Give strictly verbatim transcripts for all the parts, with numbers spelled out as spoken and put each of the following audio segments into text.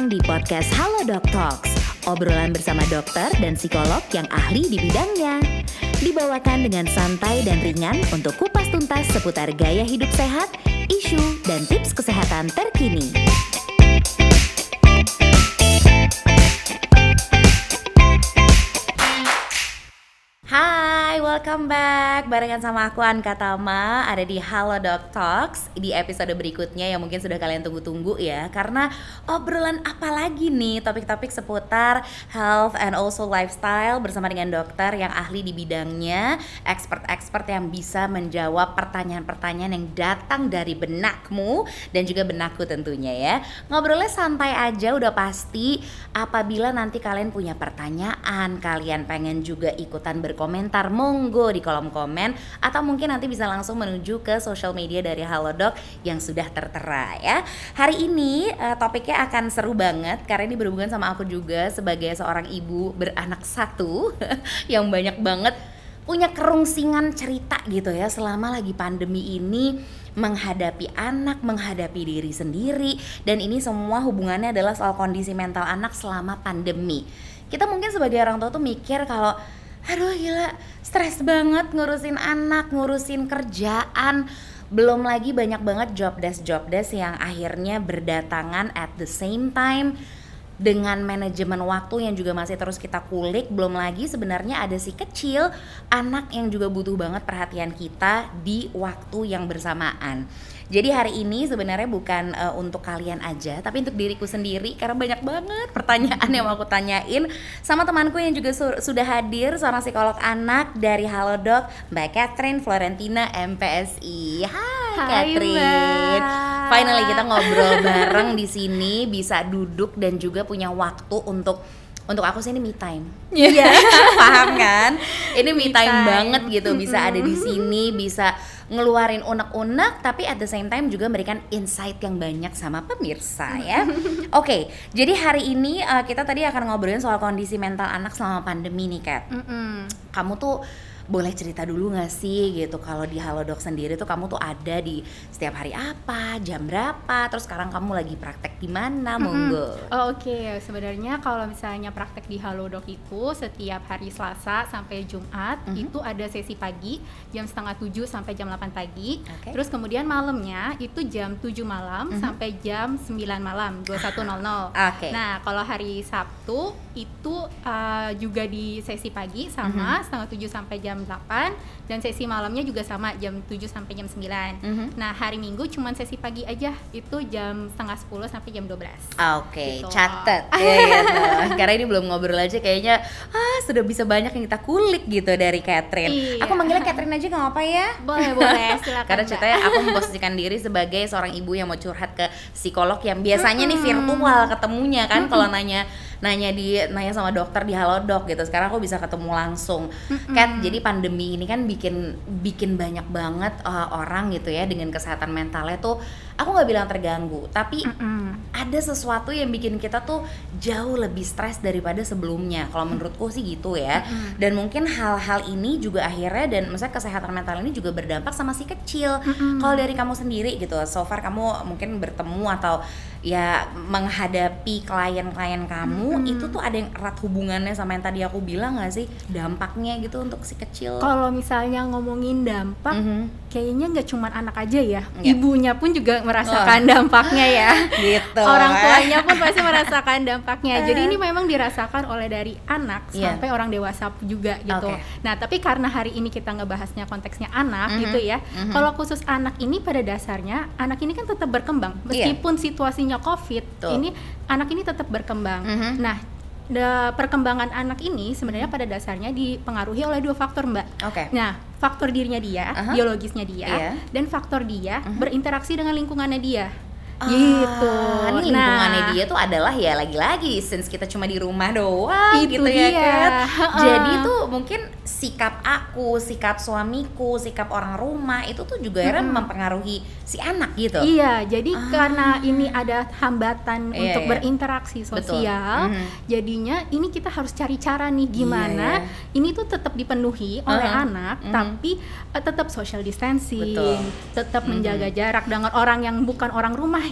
datang di podcast Halo Doc Talks, obrolan bersama dokter dan psikolog yang ahli di bidangnya. Dibawakan dengan santai dan ringan untuk kupas tuntas seputar gaya hidup sehat, isu, dan tips kesehatan terkini. Hai, welcome back. Barengan sama aku Anka Tama, ada di Halo Doc Talks. Di episode berikutnya yang mungkin sudah kalian tunggu-tunggu ya, karena obrolan apa lagi nih, topik-topik seputar health and also lifestyle bersama dengan dokter yang ahli di bidangnya, expert-expert yang bisa menjawab pertanyaan-pertanyaan yang datang dari benakmu dan juga benakku tentunya ya. Ngobrolnya santai aja udah pasti. Apabila nanti kalian punya pertanyaan, kalian pengen juga ikutan berkomentar komentar, monggo di kolom komen, atau mungkin nanti bisa langsung menuju ke social media dari Halodoc yang sudah tertera ya. Hari ini uh, topiknya akan seru banget karena ini berhubungan sama aku juga sebagai seorang ibu beranak satu yang banyak banget punya kerungsingan cerita gitu ya selama lagi pandemi ini, menghadapi anak, menghadapi diri sendiri, dan ini semua hubungannya adalah soal kondisi mental anak selama pandemi. Kita mungkin sebagai orang tua tuh mikir kalau aduh gila, stres banget ngurusin anak, ngurusin kerjaan. Belum lagi banyak banget job desk-job desk yang akhirnya berdatangan at the same time dengan manajemen waktu yang juga masih terus kita kulik. Belum lagi sebenarnya ada si kecil, anak yang juga butuh banget perhatian kita di waktu yang bersamaan. Jadi hari ini sebenarnya bukan uh, untuk kalian aja, tapi untuk diriku sendiri karena banyak banget pertanyaan yang mau aku tanyain sama temanku yang juga su- sudah hadir, seorang psikolog anak dari Halodoc, Mbak Catherine Florentina M P S I. Hai, Hai Catherine. Mbak. Finally kita ngobrol bareng di sini, bisa duduk dan juga punya waktu untuk Untuk aku sih ini me time. Iya. Yeah. Paham kan? Ini me, me time, time banget gitu, bisa mm-hmm. ada di sini, bisa ngeluarin unek-unek, tapi at the same time juga memberikan insight yang banyak sama pemirsa ya. Oke, okay, jadi hari ini uh, kita tadi akan ngobrolin soal kondisi mental anak selama pandemi nih, Kat. Mm-hmm. Kamu tuh boleh cerita dulu gak sih gitu, kalau di Halodoc sendiri tuh kamu tuh ada di setiap hari apa, jam berapa, terus sekarang kamu lagi praktek di mana, monggo. Mm-hmm. Oh, Oke, okay. Sebenarnya kalau misalnya praktek di Halodoc itu setiap hari Selasa sampai Jumat, mm-hmm. itu ada sesi pagi jam setengah tujuh sampai jam delapan pagi, okay. Terus kemudian malamnya itu jam tujuh malam mm-hmm. sampai jam sembilan malam, dua puluh satu nol nol. Okay. Nah kalau hari Sabtu itu uh, juga di sesi pagi sama mm-hmm. setengah tujuh sampai jam delapan, dan sesi malamnya juga sama jam tujuh sampai jam sembilan. Mm-hmm. Nah hari Minggu cuma sesi pagi aja, itu jam setengah sepuluh sampai jam dua belas. Oke, okay, gitu. Catet ya, gitu. Karena ini belum ngobrol aja kayaknya ah sudah bisa banyak yang kita kulik gitu dari Catherine. Iya. Aku manggilnya Catherine aja nggak apa-apa ya? Boleh boleh, silakan. Karena ceritanya aku memposisikan diri sebagai seorang ibu yang mau curhat ke psikolog yang biasanya mm-hmm. nih virtual ketemunya kan, mm-hmm. kalau nanya nanya di nanya sama dokter di Halodoc gitu. Sekarang aku bisa ketemu langsung. Mm-hmm. Kat, jadi pandemi ini kan bikin bikin banyak banget uh, orang gitu ya dengan kesehatan mentalnya tuh, aku nggak bilang terganggu, tapi mm-hmm. ada sesuatu yang bikin kita tuh jauh lebih stres daripada sebelumnya. Kalau menurutku sih gitu ya. Mm-hmm. Dan mungkin hal-hal ini juga akhirnya, dan misalnya kesehatan mental ini juga berdampak sama si kecil. Mm-hmm. Kalau dari kamu sendiri gitu, so far kamu mungkin bertemu atau ya menghadapi klien-klien kamu, hmm. itu tuh ada yang erat hubungannya sama yang tadi aku bilang gak sih, dampaknya gitu untuk si kecil? Kalau misalnya ngomongin dampak, mm-hmm. kayaknya nggak cuma anak aja ya, yeah. ibunya pun juga merasakan oh. dampaknya ya. Gitu. Orang tuanya pun pasti merasakan dampaknya. Jadi ini memang dirasakan oleh dari anak yeah. sampai orang dewasa juga gitu. Okay. Nah tapi karena hari ini kita ngebahasnya konteksnya anak mm-hmm. gitu ya. Mm-hmm. Kalau khusus anak ini pada dasarnya anak ini kan tetap berkembang meskipun yeah. situasinya COVID, tuh. Ini anak ini tetap berkembang. Mm-hmm. Nah, the, perkembangan anak ini sebenarnya pada dasarnya dipengaruhi oleh dua faktor, Mbak. Okay. Nah, faktor dirinya dia, uh-huh. biologisnya dia, yeah. dan faktor dia uh-huh. berinteraksi dengan lingkungannya dia. Ah, gitu. Ini lingkungannya nah, dia tuh adalah ya lagi-lagi since kita cuma di rumah doang itu gitu dia. Ya kan. Uh. Jadi tuh mungkin sikap aku, sikap suamiku, sikap orang rumah itu tuh juga akhirnya mm-hmm. mempengaruhi si anak gitu. Iya, jadi ah. karena ini ada hambatan iya, untuk iya. berinteraksi sosial, mm-hmm. jadinya ini kita harus cari cara nih gimana iya, iya. ini tuh tetap dipenuhi uh-huh. oleh anak, mm-hmm. tapi uh, tetap social distancing, betul. tetap mm-hmm. menjaga jarak dengan orang yang bukan orang rumah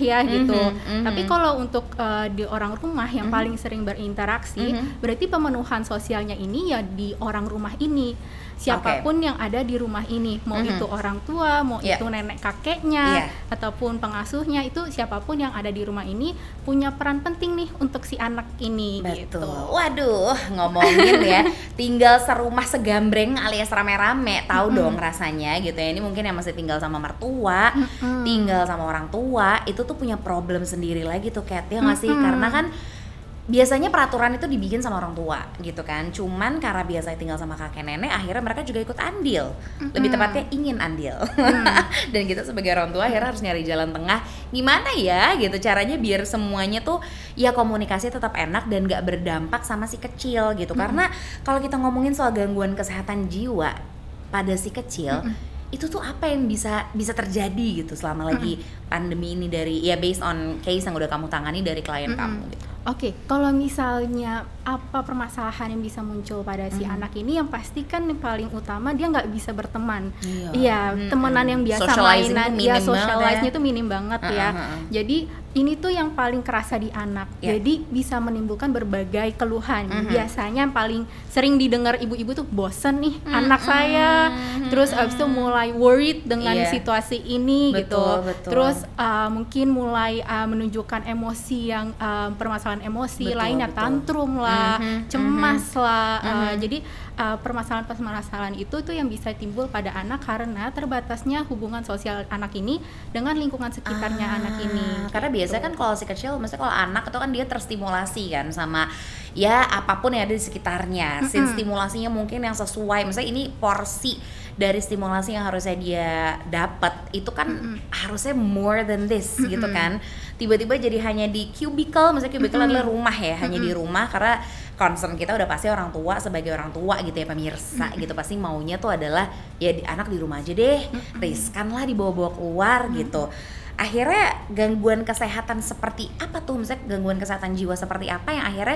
ya gitu. Mm-hmm. Tapi kalau untuk uh, di orang rumah yang mm-hmm. paling sering berinteraksi, mm-hmm. berarti pemenuhan sosialnya ini ya di orang rumah ini. Siapapun okay. yang ada di rumah ini, mau mm-hmm. itu orang tua, mau yeah. itu nenek kakeknya, yeah. ataupun pengasuhnya, itu siapapun yang ada di rumah ini punya peran penting nih untuk si anak ini. Betul. Gitu. Waduh, ngomongin ya, tinggal serumah segambreng alias rame-rame, tahu mm-hmm. dong rasanya gitu ya. Ini mungkin yang masih tinggal sama mertua, mm-hmm. tinggal sama orang tua, itu tuh punya problem sendiri lagi tuh Kat, ya nggak sih? Mm-hmm. Karena kan biasanya peraturan itu dibikin sama orang tua gitu kan, cuman karena biasa tinggal sama kakek nenek, akhirnya mereka juga ikut andil, mm-hmm. lebih tepatnya ingin andil. mm. Dan kita sebagai orang tua akhirnya harus nyari jalan tengah, gimana ya gitu caranya biar semuanya tuh ya komunikasi tetap enak dan gak berdampak sama si kecil gitu. mm-hmm. Karena kalau kita ngomongin soal gangguan kesehatan jiwa pada si kecil, mm-hmm. itu tuh apa yang bisa bisa terjadi gitu selama lagi mm-hmm. pandemi ini, dari ya based on case yang udah kamu tangani dari klien mm-hmm. kamu gitu. Oke, okay, kalau misalnya apa permasalahan yang bisa muncul pada si mm. anak ini, yang pasti kan yang paling utama dia nggak bisa berteman. Iya, iya mm, temenan yang biasa mainan, ya socialize-nya tuh minim banget uh, ya. Uh, uh. Jadi ini tuh yang paling kerasa di anak. Yeah. Jadi bisa menimbulkan berbagai keluhan. Mm-hmm. Biasanya yang paling sering didengar ibu-ibu tuh bosen nih mm-hmm. anak saya. Mm-hmm. Terus abis itu mulai worried dengan yeah. situasi ini. Betul, gitu. Betul. Terus uh, mungkin mulai uh, menunjukkan emosi yang uh, permasalahan emosi betul, lainnya, betul. Tantrum lah, mm-hmm, cemas mm-hmm, lah. Uh, mm-hmm. Jadi uh, permasalahan-permasalahan itu tuh yang bisa timbul pada anak karena terbatasnya hubungan sosial anak ini dengan lingkungan sekitarnya ah, anak ini. Karena gitu. Biasanya kan kalau si kecil, maksudnya kalau anak itu kan dia terstimulasi kan sama ya apapun yang ada di sekitarnya. Mm-hmm. Stimulasinya mungkin yang sesuai. Misalnya ini porsi dari stimulasi yang harusnya dia dapat itu kan mm-hmm. harusnya more than this mm-hmm. gitu kan. Tiba-tiba jadi hanya di cubicle, misalnya cubicle mm-hmm. adalah rumah ya, hanya mm-hmm. di rumah, karena concern kita udah pasti orang tua, sebagai orang tua gitu ya pemirsa mm-hmm. gitu, pasti maunya tuh adalah ya di, anak di rumah aja deh, mm-hmm. riskan lah dibawa-bawa keluar mm-hmm. gitu. Akhirnya gangguan kesehatan seperti apa tuh, misalnya gangguan kesehatan jiwa seperti apa yang akhirnya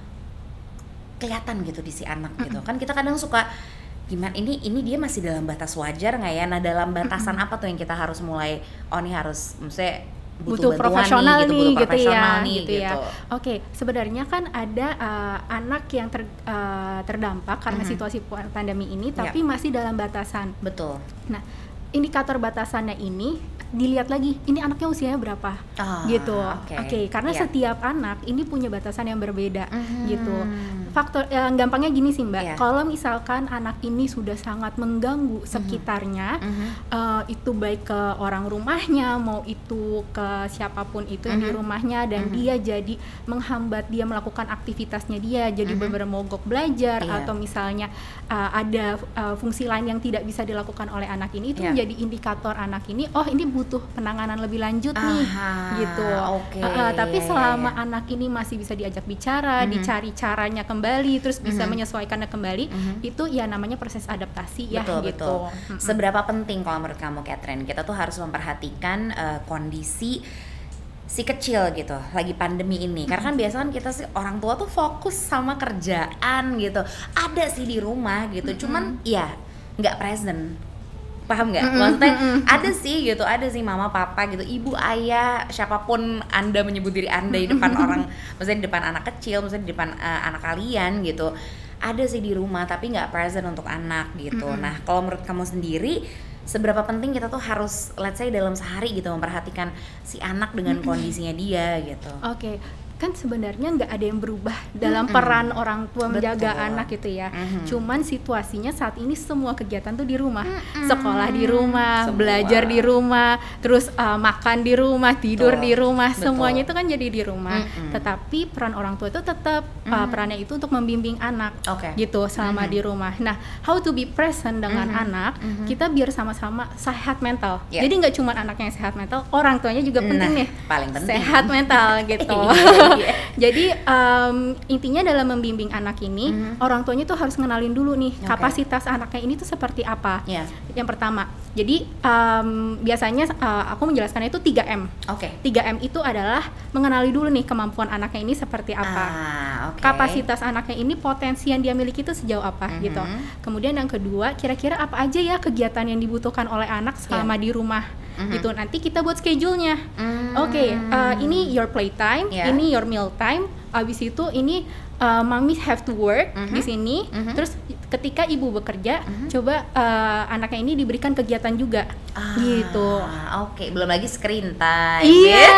kelihatan gitu di si anak mm-hmm. gitu. Kan kita kadang suka gimana, ini ini dia masih dalam batas wajar nggak ya? Nah dalam batasan mm-hmm. apa tuh yang kita harus mulai, oh ini harus misalnya butuh, butuh profesional nih, gitu, butuh gitu ya, nih, gitu ya. Gitu. Oke, sebenarnya kan ada uh, anak yang ter, uh, terdampak karena mm-hmm. situasi pandemi ini, tapi yeah. masih dalam batasan. Betul. Nah, indikator batasannya ini dilihat lagi, ini anaknya usianya berapa, oh, gitu. Oke, okay. okay, karena yeah. setiap anak ini punya batasan yang berbeda, mm-hmm. gitu. Faktor yang gampangnya gini sih Mbak, yeah. kalau misalkan anak ini sudah sangat mengganggu mm-hmm. sekitarnya, mm-hmm. uh, itu baik ke orang rumahnya, mau itu ke siapapun itu mm-hmm. yang di rumahnya, dan mm-hmm. dia jadi menghambat dia melakukan aktivitasnya dia, jadi mm-hmm. benar-benar mogok belajar, yeah. atau misalnya uh, ada uh, fungsi lain yang tidak bisa dilakukan oleh anak ini, itu yeah. menjadi indikator anak ini, oh ini butuh penanganan lebih lanjut nih, Aha, gitu. Okay. Uh, uh, tapi selama yeah. anak ini masih bisa diajak bicara, mm-hmm. dicari caranya kembali, terus bisa mm-hmm. menyesuaikannya kembali, mm-hmm. itu ya namanya proses adaptasi ya, betul, gitu. Betul. Mm-hmm. Seberapa penting kalau menurut kamu Catherine, kita tuh harus memperhatikan uh, kondisi si kecil gitu lagi pandemi ini, karena kan biasanya kan kita sih orang tua tuh fokus sama kerjaan gitu, ada sih di rumah gitu, mm-hmm. cuman ya nggak present. Paham nggak? Mm-hmm. Maksudnya ada sih gitu, ada sih mama, papa gitu, ibu, ayah, siapapun Anda menyebut diri Anda di depan orang, maksudnya di depan anak kecil, maksudnya di depan uh, anak kalian gitu, ada sih di rumah tapi nggak present untuk anak gitu. Mm-hmm. Nah kalau menurut kamu sendiri, seberapa penting kita tuh harus, let's say dalam sehari gitu, memperhatikan si anak dengan mm-hmm. kondisinya dia gitu? Oke. Okay. Kan sebenarnya nggak ada yang berubah dalam mm-hmm. peran orang tua menjaga Betul. anak gitu ya. Mm-hmm. Cuman situasinya saat ini semua kegiatan tuh di rumah, mm-hmm. sekolah di rumah, semua. belajar di rumah, terus uh, makan di rumah, tidur Betul. di rumah, Betul. semuanya itu kan jadi di rumah. Mm-hmm. Tetapi peran orang tua itu tetap mm-hmm. uh, perannya itu untuk membimbing anak, okay. gitu selama mm-hmm. di rumah. Nah, how to be present dengan mm-hmm. anak, mm-hmm. kita biar sama-sama sehat mental. Yeah. Jadi nggak cuma anaknya yang sehat mental, orang tuanya juga penting nah, nih, paling penting. sehat mental gitu. Yeah. Jadi um, intinya dalam membimbing anak ini, mm-hmm. orang tuanya tuh harus ngenalin dulu nih okay. kapasitas anaknya ini tuh seperti apa. Yeah. Yang pertama, jadi um, biasanya uh, aku menjelaskannya itu tiga M. Oke. Okay. tiga M itu adalah mengenali dulu nih kemampuan anaknya ini seperti apa. Ah, okay. Kapasitas anaknya ini, potensi yang dia miliki itu sejauh apa, mm-hmm. gitu. Kemudian yang kedua, kira-kira apa aja ya kegiatan yang dibutuhkan oleh anak selama yeah. di rumah. mm-hmm. gitu. Nanti kita buat schedule-nya. Mm. Oke, okay, uh, ini your playtime, yeah. ini your meal time. Abis itu ini uh, mommy have to work mm-hmm. di sini. Mm-hmm. Terus ketika ibu bekerja, mm-hmm. coba uh, anaknya ini diberikan kegiatan juga, ah, gitu. Oke, okay. Belum lagi screen time. Iya.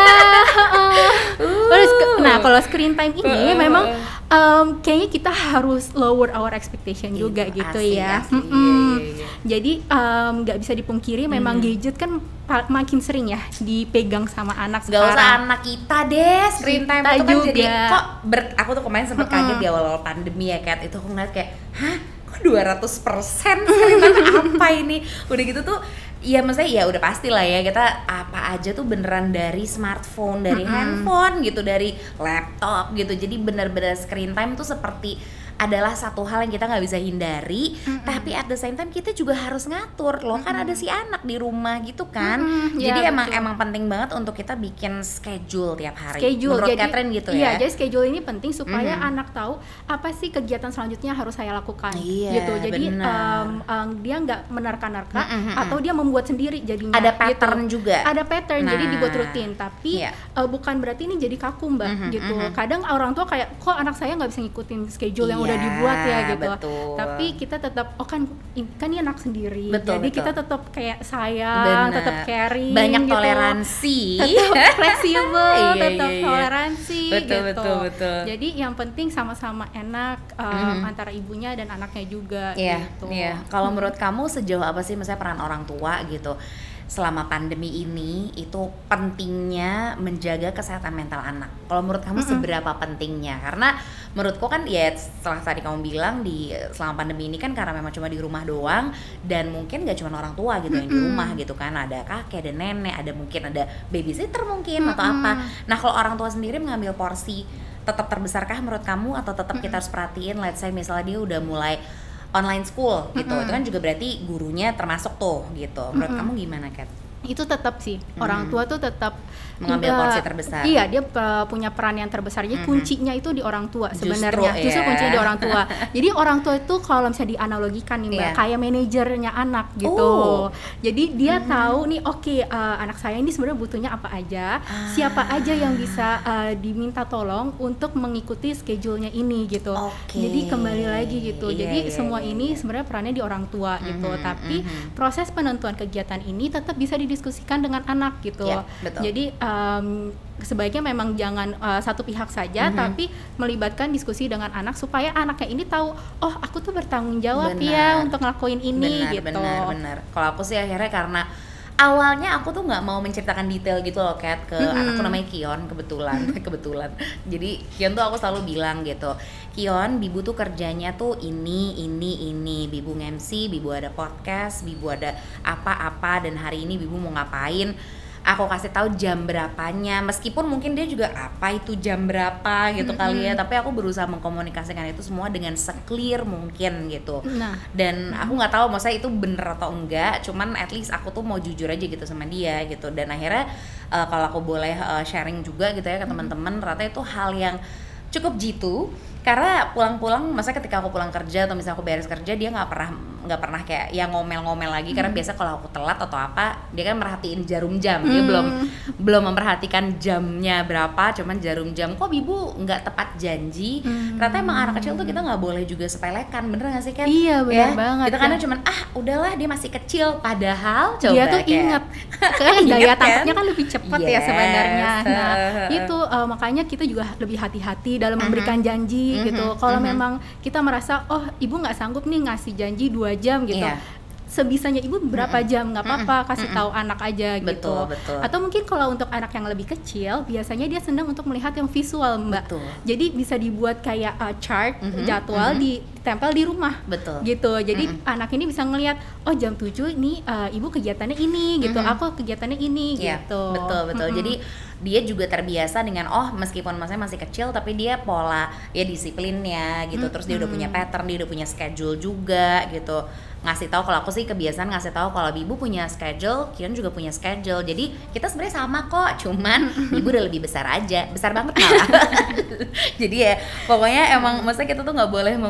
Terus, nah kalau screen time ini memang um, kayaknya kita harus lower our expectation itu juga gitu asli, ya. Asli, mm-hmm. iya, iya, iya. Jadi nggak um, bisa dipungkiri, memang mm. gadget kan makin sering ya dipegang sama anak sekarang. Gak usah anak kita deh, screen time kita itu kan juga. Jadi kok ber, aku tuh kemarin sempet kaget mm-hmm. di awal-awal pandemi ya Kat, itu aku ngeliat kayak hah kok dua ratus persen screen time apa ini, udah gitu tuh ya maksudnya ya udah pasti lah ya kita apa aja tuh beneran dari smartphone, dari mm-hmm. handphone gitu, dari laptop gitu, jadi bener-bener screen time tuh seperti adalah satu hal yang kita nggak bisa hindari, mm-hmm. tapi at the same time kita juga harus ngatur loh, mm-hmm. kan ada si anak di rumah gitu kan, mm-hmm. jadi ya, emang betul. emang penting banget untuk kita bikin schedule tiap hari. Schedule, menurut jadi, Catherine gitu iya, ya. Iya, jadi schedule ini penting supaya mm-hmm. anak tahu apa sih kegiatan selanjutnya harus saya lakukan, iya, gitu. Jadi um, um, dia nggak menerka-nerka mm-hmm. atau dia membuat sendiri jadinya. Ada pattern gitu. juga. Ada pattern, nah, jadi dibuat rutin. Tapi yeah. uh, bukan berarti ini jadi kaku mbak, mm-hmm, gitu. Mm-hmm. Kadang orang tua kayak kok anak saya nggak bisa ngikutin schedule yeah. yang udah dibuat ya gitu, betul. Tapi kita tetap oh kan kan ini anak sendiri, betul, jadi betul. kita tetap kayak sayang, Bener. tetap caring, banyak gitu. toleransi, tetap fleksibel, iya, tetap iya, iya. toleransi, betul, gitu. Betul, betul. Jadi yang penting sama-sama enak um, mm-hmm. antara ibunya dan anaknya juga. Iya, gitu. iya. Kalau menurut kamu sejauh apa sih misalnya peran orang tua gitu selama pandemi ini itu pentingnya menjaga kesehatan mental anak? Kalau menurut kamu mm-hmm. seberapa pentingnya? Karena menurutku kan ya setelah tadi kamu bilang di selama pandemi ini kan karena memang cuma di rumah doang dan mungkin gak cuma orang tua gitu mm-hmm. yang di rumah gitu kan, ada kakek, ada nenek, ada mungkin ada babysitter mungkin mm-hmm. atau apa. Nah kalau orang tua sendiri mengambil porsi tetap terbesarkah menurut kamu atau tetap mm-hmm. kita harus perhatiin, let's say misalnya dia udah mulai online school gitu, mm-hmm. itu kan juga berarti gurunya termasuk tuh gitu. Menurut mm-hmm. kamu gimana Kat? Itu tetap sih, hmm. orang tua tuh tetap mengambil uh, porsi terbesar. Iya, dia uh, punya peran yang terbesar. Jadi mm-hmm. kuncinya itu di orang tua sebenarnya. Justru, Justru yeah. kuncinya di orang tua. Jadi orang tua itu kalau misalnya dianalogikan nih Mbak, yeah. kayak manajernya anak gitu. Oh. Jadi dia mm-hmm. tahu nih, oke okay, uh, anak saya ini sebenarnya butuhnya apa aja, ah. siapa aja yang bisa uh, diminta tolong untuk mengikuti schedule-nya ini gitu. Okay. Jadi kembali lagi gitu. Yeah, Jadi yeah, semua yeah, ini yeah. sebenarnya perannya di orang tua mm-hmm. gitu. Tapi mm-hmm. proses penentuan kegiatan ini tetap bisa didiskusikan dengan anak gitu. Yeah, betul. Jadi um, sebaiknya memang jangan uh, satu pihak saja, mm-hmm. tapi melibatkan diskusi dengan anak supaya anaknya ini tahu, oh aku tuh bertanggung jawab benar. ya untuk ngelakuin ini benar, gitu. Benar, benar. Kalau aku sih akhirnya karena awalnya aku tuh nggak mau menceritakan detail gitu loh Kat ke mm-hmm. anakku namanya Kion kebetulan kebetulan. Jadi Kion tuh aku selalu bilang gitu, Kion, Bibu tuh kerjanya tuh ini, ini, ini. Bibu nge-M C, Bibu ada podcast, Bibu ada apa-apa dan hari ini Bibu mau ngapain. Aku kasih tahu jam berapanya, meskipun mungkin dia juga apa itu jam berapa gitu mm-hmm. kali ya, tapi aku berusaha mengkomunikasikan itu semua dengan se-clear mungkin gitu. Nah. Dan mm-hmm. aku nggak tahu maksudnya itu bener atau enggak, cuman at least aku tuh mau jujur aja gitu sama dia gitu. Dan akhirnya uh, kalau aku boleh uh, sharing juga gitu ya ke mm-hmm. teman-teman, ternyata itu hal yang cukup jitu. Karena pulang-pulang, masa ketika aku pulang kerja atau misalnya aku beres kerja, dia nggak pernah nggak pernah kayak ya ngomel-ngomel lagi. Hmm. Karena biasa kalau aku telat atau apa, dia kan merhatiin jarum jam. Dia hmm. belum belum memperhatikan jamnya berapa, cuman jarum jam. Kok Bibu nggak tepat janji? Hmm. Ternyata emang anak kecil tuh kita nggak boleh juga sepelekan, bener nggak sih Kat? Iya bener ya? banget. Kita kadang cuman ah udahlah dia masih kecil, padahal coba dia tuh kayak, ingat, kan daya tangkapnya kan lebih cepat yes. ya sebenarnya. Nah itu uh, makanya kita juga lebih hati-hati dalam uh-huh. memberikan janji. Mm-hmm, gitu. Kalau mm-hmm. memang kita merasa oh ibu nggak sanggup nih ngasih janji dua jam gitu, yeah. sebisanya ibu berapa mm-hmm. jam nggak apa-apa kasih mm-hmm. tahu anak aja gitu. Betul, betul. Atau mungkin kalau untuk anak yang lebih kecil biasanya dia senang untuk melihat yang visual Mbak. Betul. Jadi bisa dibuat kayak uh, chart mm-hmm. jadwal mm-hmm. ditempel di rumah. Betul. Gitu. Jadi mm-hmm. anak ini bisa ngelihat oh jam tujuh ini uh, ibu kegiatannya ini gitu, mm-hmm. aku kegiatannya ini yeah. gitu. Betul, betul. Mm-hmm. Jadi dia juga terbiasa dengan oh meskipun masanya masih kecil tapi dia pola ya disiplinnya gitu, terus dia udah punya pattern, dia udah punya schedule juga gitu. Ngasih tahu, kalau aku sih kebiasaan ngasih tahu kalau Bibu punya schedule, Kion juga punya schedule. Jadi kita sebenarnya sama kok, cuman Bibu udah lebih besar aja, besar banget malah. Jadi ya pokoknya emang maksudnya kita tuh nggak boleh menganggap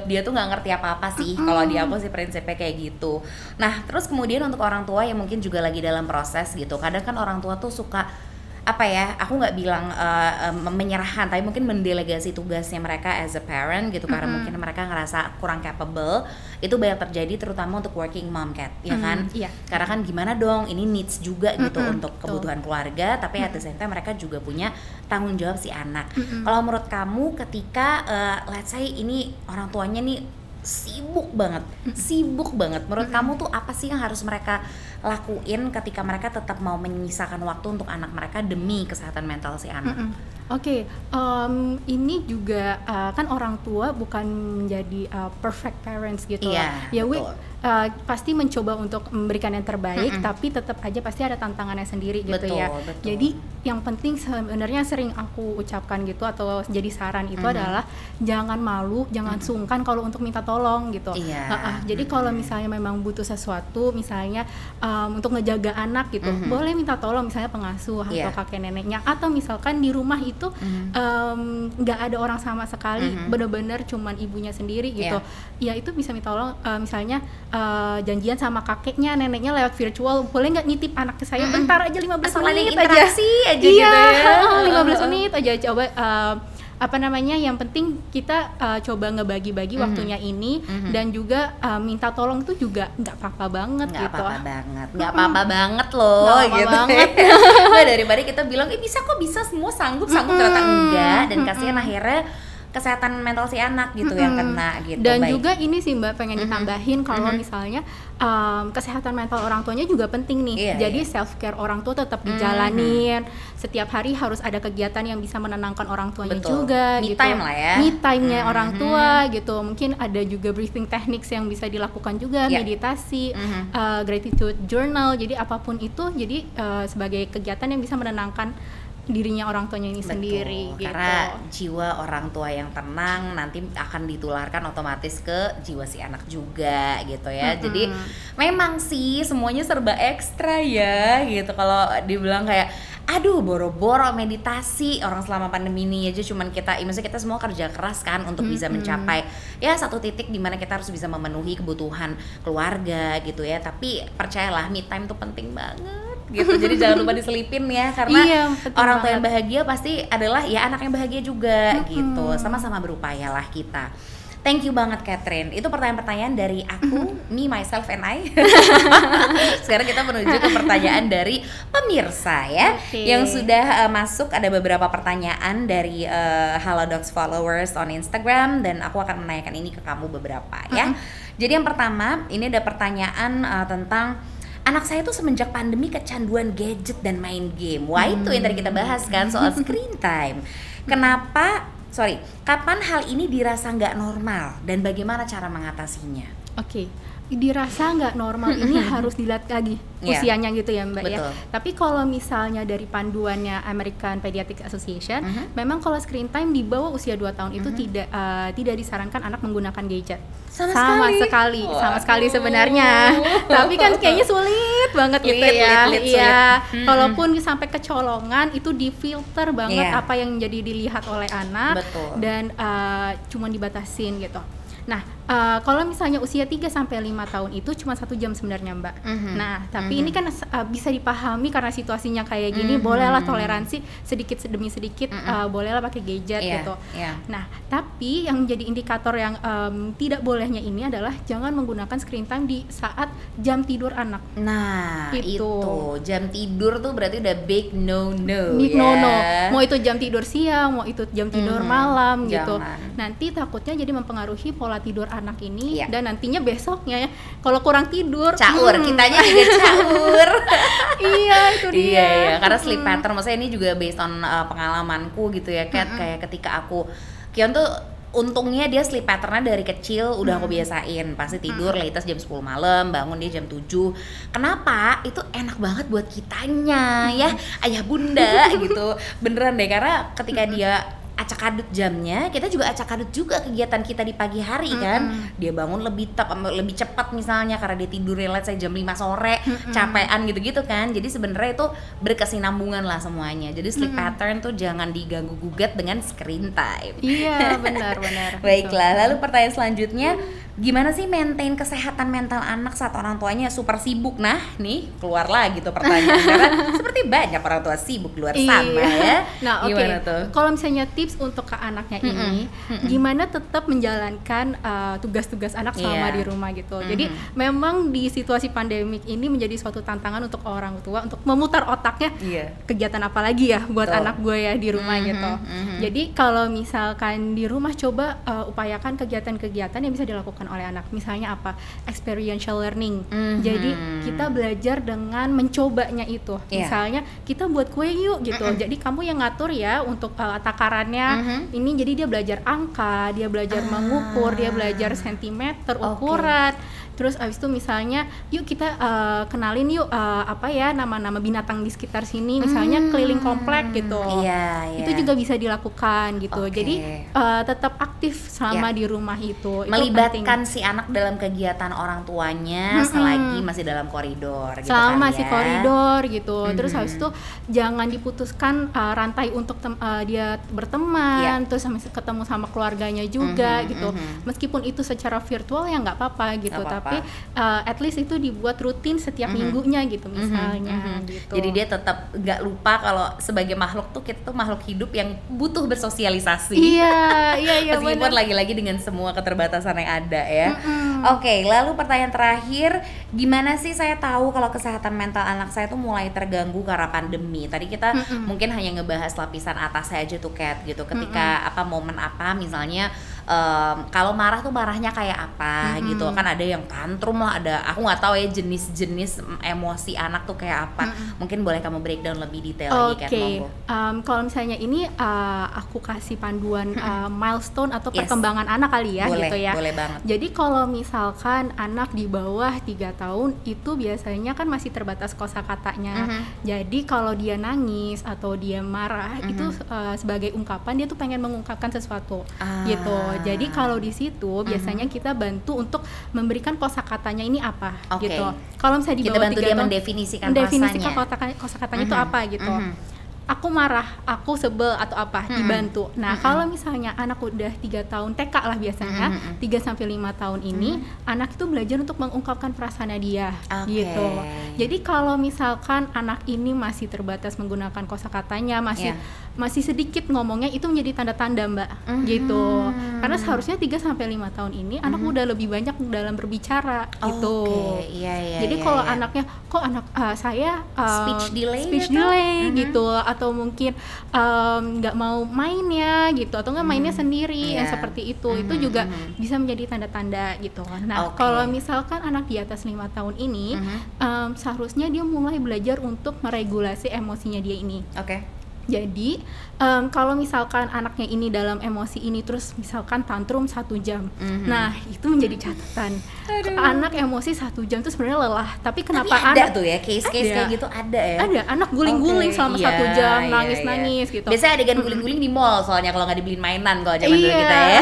nganggap dia tuh nggak ngerti apa-apa sih. Mm-hmm. Kalau di aku sih prinsipnya kayak gitu. Nah terus kemudian untuk orang tua yang mungkin juga lagi dalam proses gitu, kadang kan orang tua tuh suka apa ya, aku nggak bilang uh, um, menyerahkan, tapi mungkin mendelegasi tugasnya mereka as a parent gitu, mm-hmm. karena mungkin mereka ngerasa kurang capable. Itu banyak terjadi terutama untuk working mom, Kat, ya kan? Mm, iya. Karena kan gimana dong, ini needs juga gitu, mm-hmm. untuk kebutuhan Tuh. keluarga, tapi mm-hmm. at the same time mereka juga punya tanggung jawab si anak. Mm-hmm. Kalau menurut kamu ketika uh, let's say ini orang tuanya nih sibuk banget, sibuk banget. Menurut mm-hmm. kamu tuh apa sih yang harus mereka lakuin ketika mereka tetap mau menyisakan waktu untuk anak mereka demi kesehatan mental si anak? Mm-hmm. Oke, okay, um, ini juga uh, kan orang tua bukan menjadi uh, perfect parents gitu. Iya, ya, we uh, pasti mencoba untuk memberikan yang terbaik, mm-hmm. tapi tetap aja pasti ada tantangannya sendiri gitu. Betul, ya. Betul. Jadi yang penting sebenarnya sering aku ucapkan gitu atau jadi saran itu mm-hmm. adalah jangan malu, jangan mm-hmm. sungkan kalau untuk minta tolong gitu. Iya. Uh, uh, jadi mm-hmm. kalau misalnya memang butuh sesuatu, misalnya um, untuk ngejaga anak gitu, mm-hmm. boleh minta tolong misalnya pengasuh yeah. atau kakek neneknya, atau misalkan di rumah itu itu nggak mm-hmm. um, ada orang sama sekali, mm-hmm. bener-bener cuman ibunya sendiri gitu, yeah. ya itu bisa minta tolong, uh, misalnya uh, janjian sama kakeknya, neneknya lewat virtual, boleh nggak nitip anak ke saya mm-hmm. bentar aja lima belas menit aja, aja iya, gitu ya, lima belas menit aja coba. Uh, apa namanya, yang penting kita uh, coba ngebagi-bagi mm-hmm. waktunya ini, mm-hmm. dan juga uh, minta tolong tuh juga nggak apa-apa banget nggak gitu. apa-apa banget, nggak apa-apa banget loh, nggak gitu. Apa banget. Nah, daripada kita bilang, eh bisa kok, bisa semua sanggup, sanggup mm-hmm. ternyata enggak, dan kasihan mm-hmm. akhirnya kesehatan mental si anak gitu mm-hmm. yang kena gitu. Dan Baik. juga ini sih Mbak pengen mm-hmm. ditambahin kalau mm-hmm. misalnya um, kesehatan mental orang tuanya juga penting nih. Iya, Jadi iya. self care orang tua tetap dijalanin. Mm-hmm. Setiap hari harus ada kegiatan yang bisa menenangkan orang tuanya. Betul. Juga. Me gitu. time lah ya. Me time-nya mm-hmm. orang tua gitu. Mungkin ada juga breathing techniques yang bisa dilakukan juga, yeah. meditasi, mm-hmm. uh, gratitude journal. Jadi apapun itu, jadi uh, sebagai kegiatan yang bisa menenangkan dirinya orang tuanya ini. Betul, sendiri gitu. Karena jiwa orang tua yang tenang nanti akan ditularkan otomatis ke jiwa si anak juga gitu ya. Mm-hmm. Jadi memang sih semuanya serba ekstra ya gitu. Kalau dibilang kayak aduh boro-boro meditasi, orang selama pandemi ini aja cuman kita, maksudnya kita semua kerja keras kan untuk mm-hmm. bisa mencapai ya satu titik di mana kita harus bisa memenuhi kebutuhan keluarga gitu ya. Tapi percayalah, me time tuh penting banget gitu. Jadi jangan lupa diselipin ya, karena iya, orang tua yang bahagia pasti adalah ya anak yang bahagia juga mm-hmm. gitu. Sama-sama berupayalah kita. Thank you banget Catherine. Itu pertanyaan-pertanyaan dari aku, me, myself, and I. Sekarang kita menuju ke pertanyaan dari pemirsa ya, okay. yang sudah uh, masuk. Ada beberapa pertanyaan dari uh, Halodocs followers on Instagram, dan aku akan menanyakan ini ke kamu beberapa ya. Uh-huh. Jadi yang pertama, ini ada pertanyaan uh, tentang anak saya tuh semenjak pandemi kecanduan gadget dan main game. Wah, hmm. itu yang tadi kita bahas kan, soal screen time. Kenapa? Sorry, kapan hal ini dirasa nggak normal dan bagaimana cara mengatasinya? Oke, okay. dirasa nggak normal ini harus dilihat lagi yeah. usianya gitu ya Mbak. Betul. Ya. Tapi kalau misalnya dari panduannya American Pediatric Association, uh-huh. memang kalau screen time di bawah usia dua tahun itu uh-huh. tidak uh, tidak disarankan anak menggunakan gadget. Sama, sama sekali, sekali, oh, sama sekali sebenarnya. Tapi kan kayaknya sulit banget lit, gitu ya. Iya. Hmm. Kalaupun sampai kecolongan itu difilter banget yeah. apa yang jadi dilihat oleh anak. Betul. Dan uh, cuma dibatasin gitu. Nah, uh, kalau misalnya usia tiga sampai lima tahun itu cuma satu jam sebenarnya Mbak. Mm-hmm. Nah, tapi mm-hmm. ini kan uh, bisa dipahami karena situasinya kayak gini, mm-hmm. bolehlah toleransi sedikit demi sedikit, mm-hmm. uh, bolehlah pakai gadget yeah. gitu. Yeah. Nah, tapi yang jadi indikator yang um, tidak bolehnya ini adalah jangan menggunakan screen time di saat jam tidur anak. Nah, itu, itu. jam tidur tuh berarti udah big no-no. Big ya. no-no. Mau itu jam tidur siang, mau itu jam tidur mm-hmm. malam gitu. Jangan. Nanti takutnya jadi mempengaruhi pola tidur anak ini, iya. dan nantinya besoknya kalau kurang tidur caur, hmm. kitanya juga caur. Iya, itu dia. Iya, iya, karena sleep pattern, maksudnya ini juga based on uh, pengalamanku gitu ya, Kat. Mm-hmm. Kayak ketika aku Kion tuh untungnya dia sleep patternnya dari kecil udah aku biasain, pasti tidur hmm. latest jam sepuluh malam, bangun dia jam tujuh. Kenapa? Itu enak banget buat kitanya ya, ayah bunda gitu. Beneran deh, karena ketika dia acak-adut jamnya, kita juga acak-adut juga kegiatan kita di pagi hari kan. Mm-hmm. Dia bangun lebih tep, lebih cepat misalnya karena dia tidur let's say jam lima sore, mm-hmm. capean gitu-gitu kan. Jadi sebenarnya itu berkesinambungan lah semuanya. Jadi sleep mm-hmm. pattern tuh jangan diganggu gugat dengan screen time. Iya, benar-benar. Baiklah, lalu pertanyaan selanjutnya, gimana sih maintain kesehatan mental anak saat orang tuanya super sibuk? Nah, nih keluar lagi tuh pertanyaan karena seperti banyak orang tua sibuk di luar sana ya. Nah, oke. Okay. Kalau misalnya tips untuk ke anaknya mm-hmm. ini, mm-hmm. gimana tetap menjalankan uh, tugas-tugas anak selama yeah. di rumah gitu. Mm-hmm. Jadi memang di situasi pandemik ini menjadi suatu tantangan untuk orang tua untuk memutar otaknya yeah. kegiatan apa lagi ya buat Tuh. anak gue ya di rumah mm-hmm. gitu. Mm-hmm. Jadi kalau misalkan di rumah coba uh, upayakan kegiatan-kegiatan yang bisa dilakukan oleh anak. Misalnya apa? Experiential learning. Mm-hmm. Jadi kita belajar dengan mencobanya itu. Yeah. Misalnya kita buat kue yuk gitu. Mm-hmm. Jadi kamu yang ngatur ya untuk uh, takarannya. Mm-hmm. Ini jadi dia belajar angka, dia belajar ah. mengukur, dia belajar sentimeter, ukuran. Okay. Terus abis itu misalnya yuk kita uh, kenalin yuk uh, apa ya nama-nama binatang di sekitar sini, misalnya hmm. keliling komplek gitu. Iya, iya. Itu juga bisa dilakukan gitu. Okay. Jadi uh, tetap aktif selama yeah. di rumah itu. Melibatkan itu si anak dalam kegiatan orang tuanya mm-hmm. selagi masih dalam koridor gitu. Selama masih ya. koridor gitu. Mm-hmm. Terus habis itu jangan diputuskan uh, rantai untuk tem- uh, dia berteman, yeah. terus sampai ketemu sama keluarganya juga mm-hmm. gitu. Mm-hmm. Meskipun itu secara virtual ya nggak apa-apa gitu. Gak tapi uh, at least itu dibuat rutin setiap mm-hmm. minggunya gitu misalnya mm-hmm. gitu. Jadi dia tetap nggak lupa kalau sebagai makhluk tuh kita tuh makhluk hidup yang butuh bersosialisasi. Iya, iya, iya. Meskipun bener. lagi-lagi dengan semua keterbatasan yang ada ya. Mm-hmm. Oke, okay, lalu pertanyaan terakhir, gimana sih saya tahu kalau kesehatan mental anak saya tuh mulai terganggu karena pandemi? Tadi kita mm-hmm. mungkin hanya ngebahas lapisan atasnya aja tuh Kat gitu. Ketika mm-hmm. apa momen apa misalnya Um, kalau marah tuh marahnya kayak apa mm-hmm. gitu kan, ada yang tantrum lah, ada aku nggak tahu ya jenis-jenis emosi anak tuh kayak apa. Mm-hmm. Mungkin boleh kamu breakdown lebih detail okay. lagi kan monggo. Um, kalau misalnya ini uh, aku kasih panduan uh, milestone atau yes. perkembangan anak kali ya boleh, gitu ya. Boleh banget. Jadi kalau misalkan anak di bawah tiga tahun itu biasanya kan masih terbatas kosakatanya. Mm-hmm. Jadi kalau dia nangis atau dia marah mm-hmm. itu uh, sebagai ungkapan dia tuh pengen mengungkapkan sesuatu ah. gitu. Jadi kalau di situ biasanya mm-hmm. kita bantu untuk memberikan kosakatanya ini apa okay. gitu. Kalau misalnya di bawah kita bantu dia tahun, mendefinisikan, mendefinisikan rasanya. kosakatanya mm-hmm. itu apa gitu. Mm-hmm. Aku marah, aku sebel atau apa, mm-hmm. dibantu. Nah, mm-hmm. kalau misalnya anak udah tiga tahun T K lah biasanya, mm-hmm. tiga sampai lima tahun ini, mm-hmm. anak itu belajar untuk mengungkapkan perasaannya dia okay. gitu. Jadi kalau misalkan anak ini masih terbatas menggunakan kosakatanya, masih yeah. masih sedikit ngomongnya, itu menjadi tanda-tanda Mbak mm-hmm. gitu. Karena seharusnya tiga sampai lima tahun ini mm-hmm. anak udah lebih banyak dalam berbicara oh, gitu. Okay. Yeah, yeah, Jadi yeah, kalau yeah. anaknya kok anak uh, saya uh, speech delay speech gitu? delay mm-hmm. gitu, atau mungkin nggak um, mau main ya gitu, atau nggak mainnya sendiri yeah. yang seperti itu, mm-hmm. itu juga mm-hmm. bisa menjadi tanda-tanda gitu. Nah okay. kalau misalkan anak di atas lima tahun ini mm-hmm. um, seharusnya dia mulai belajar untuk meregulasi emosinya dia ini. Oke. Okay. Jadi um, kalau misalkan anaknya ini dalam emosi ini terus misalkan tantrum satu jam, mm-hmm. nah itu menjadi catatan. Aduh. Anak emosi satu jam itu sebenarnya lelah, tapi kenapa tapi ada anak tuh ya case-case kayak gitu ada ya? Ada, anak guling-guling okay. selama yeah, satu jam, yeah, nangis-nangis yeah. gitu. Biasanya adegan guling-guling di mall soalnya kalau nggak dibeliin mainan kalau zaman dulu yeah. kita ya.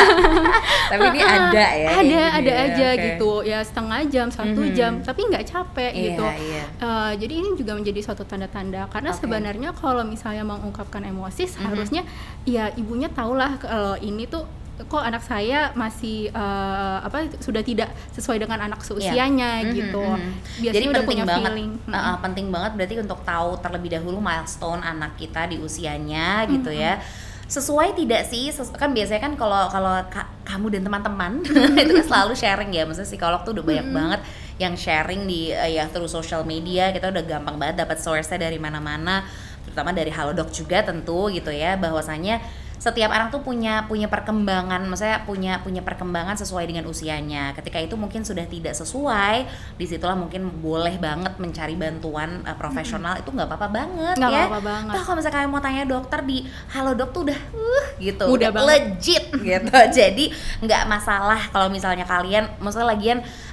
Tapi ini ada ya? Ada, ada ya. aja okay. gitu, ya setengah jam, satu mm-hmm. jam, tapi nggak capek yeah, gitu. Yeah. Uh, jadi ini juga menjadi suatu tanda-tanda, karena okay. sebenarnya kalau misalnya mengungkapkan emosi seharusnya mm-hmm. ya ibunya tahulah kalau ini tuh kok anak saya masih uh, apa sudah tidak sesuai dengan anak seusianya yeah. gitu. Mm-hmm. Biasanya jadi udah penting punya banget, feeling. uh, uh, penting banget berarti untuk tahu terlebih dahulu milestone anak kita di usianya mm-hmm. gitu ya. Sesuai tidak sih? Sesu- kan biasanya kan kalau kalau ka- kamu dan teman-teman itu kan selalu sharing ya. Maksudnya psikolog tuh udah banyak mm-hmm. banget yang sharing di uh, ya through social media. Kita udah gampang banget dapat source-nya dari mana-mana, terutama dari Halodoc juga tentu gitu ya, bahwasanya setiap anak tuh punya punya perkembangan, maksudnya punya punya perkembangan sesuai dengan usianya. Ketika itu mungkin sudah tidak sesuai, disitulah mungkin boleh banget mencari bantuan uh, profesional. Mm-hmm. Itu nggak apa-apa banget nggak ya. apa-apa banget. Toh kalau misalnya kalian mau tanya dokter di Halodoc tuh udah uh, gitu, udah legit gitu. Jadi nggak masalah kalau misalnya kalian, maksudnya lagian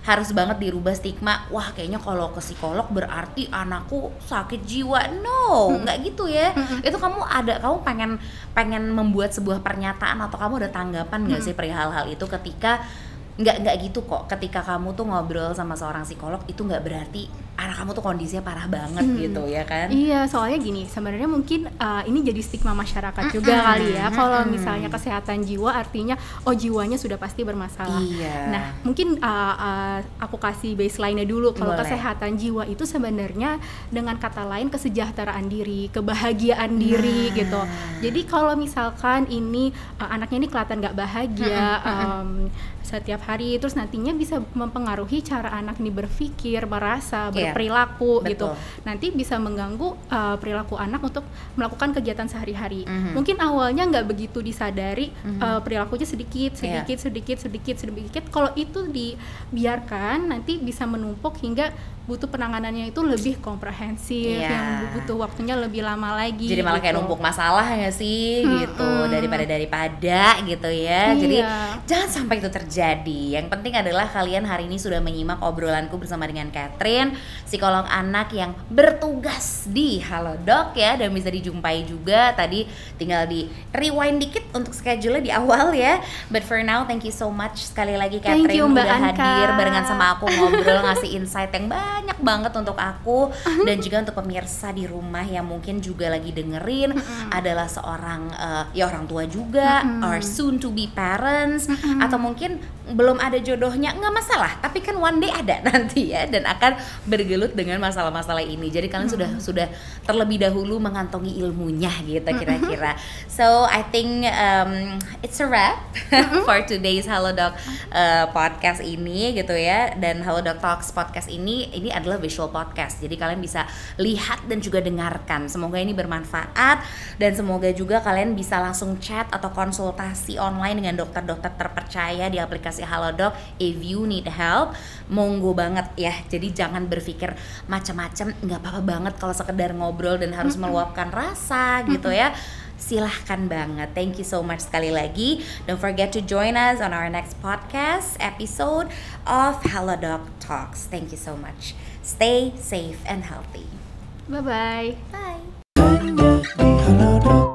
harus banget dirubah stigma, wah kayaknya kalau ke psikolog berarti anakku sakit jiwa. No, hmm. nggak gitu ya. Hmm. Itu kamu ada, kamu pengen pengen membuat sebuah pernyataan atau kamu ada tanggapan nggak hmm. sih perihal hal itu ketika nggak nggak gitu kok, ketika kamu tuh ngobrol sama seorang psikolog itu nggak berarti anak kamu tuh kondisinya parah banget hmm. gitu ya kan? Iya, soalnya gini, sebenarnya mungkin uh, ini jadi stigma masyarakat mm-hmm. juga kali ya. Mm-hmm. Kalau misalnya kesehatan jiwa artinya oh jiwanya sudah pasti bermasalah. Iya. Nah, mungkin uh, uh, aku kasih baseline-nya dulu. Kalau kesehatan jiwa itu sebenarnya dengan kata lain kesejahteraan diri, kebahagiaan diri nah. gitu. Jadi kalau misalkan ini uh, anaknya ini kelihatan nggak bahagia mm-hmm. um, setiap hari, terus nantinya bisa mempengaruhi cara anak ini berpikir, merasa, yeah. berperilaku Betul. gitu. Nanti bisa mengganggu uh, perilaku anak untuk melakukan kegiatan sehari-hari. Mm-hmm. Mungkin awalnya nggak begitu disadari, mm-hmm. uh, perilakunya sedikit, sedikit, yeah. sedikit, sedikit, sedikit. Kalau itu dibiarkan, nanti bisa menumpuk hingga butuh penanganannya itu lebih komprehensif, yeah. yang butuh waktunya lebih lama lagi. Jadi malah gitu. Kayak numpuk masalah nggak sih, hmm, gitu hmm. daripada daripada gitu ya. Iya. Jadi jangan sampai itu terjadi. Yang penting adalah kalian hari ini sudah menyimak obrolanku bersama dengan Catherine, psikolog anak yang bertugas di Halodoc ya, dan bisa dijumpai juga. Tadi tinggal di rewind dikit untuk schedule di awal ya. But for now, thank you so much sekali lagi Catherine you, udah Anka. hadir barengan sama aku ngobrol, ngasih insight yang banyak banyak banget untuk aku dan juga untuk pemirsa di rumah yang mungkin juga lagi dengerin mm-hmm. adalah seorang uh, ya orang tua juga mm-hmm. or soon to be parents mm-hmm. atau mungkin belum ada jodohnya, nggak masalah, tapi kan one day ada nanti ya, dan akan bergelut dengan masalah-masalah ini. Jadi kalian mm-hmm. sudah sudah terlebih dahulu mengantongi ilmunya gitu kira-kira. So I think um, it's a wrap mm-hmm. for today's Halodoc uh, podcast ini gitu ya. Dan Halodoc Talks podcast ini ini adalah visual podcast. Jadi kalian bisa lihat dan juga dengarkan. Semoga ini bermanfaat dan semoga juga kalian bisa langsung chat atau konsultasi online dengan dokter-dokter terpercaya di aplikasi Halodoc if you need help. Monggo banget ya. Jadi jangan berpikir macam-macam, nggak apa-apa banget kalau sekedar ngobrol dan harus meluapkan rasa gitu ya. Silahkan banget. Thank you so much sekali lagi. Don't forget to join us on our next podcast episode of Halodoc Talks. Thank you so much. Stay safe and healthy. Bye-bye. Bye.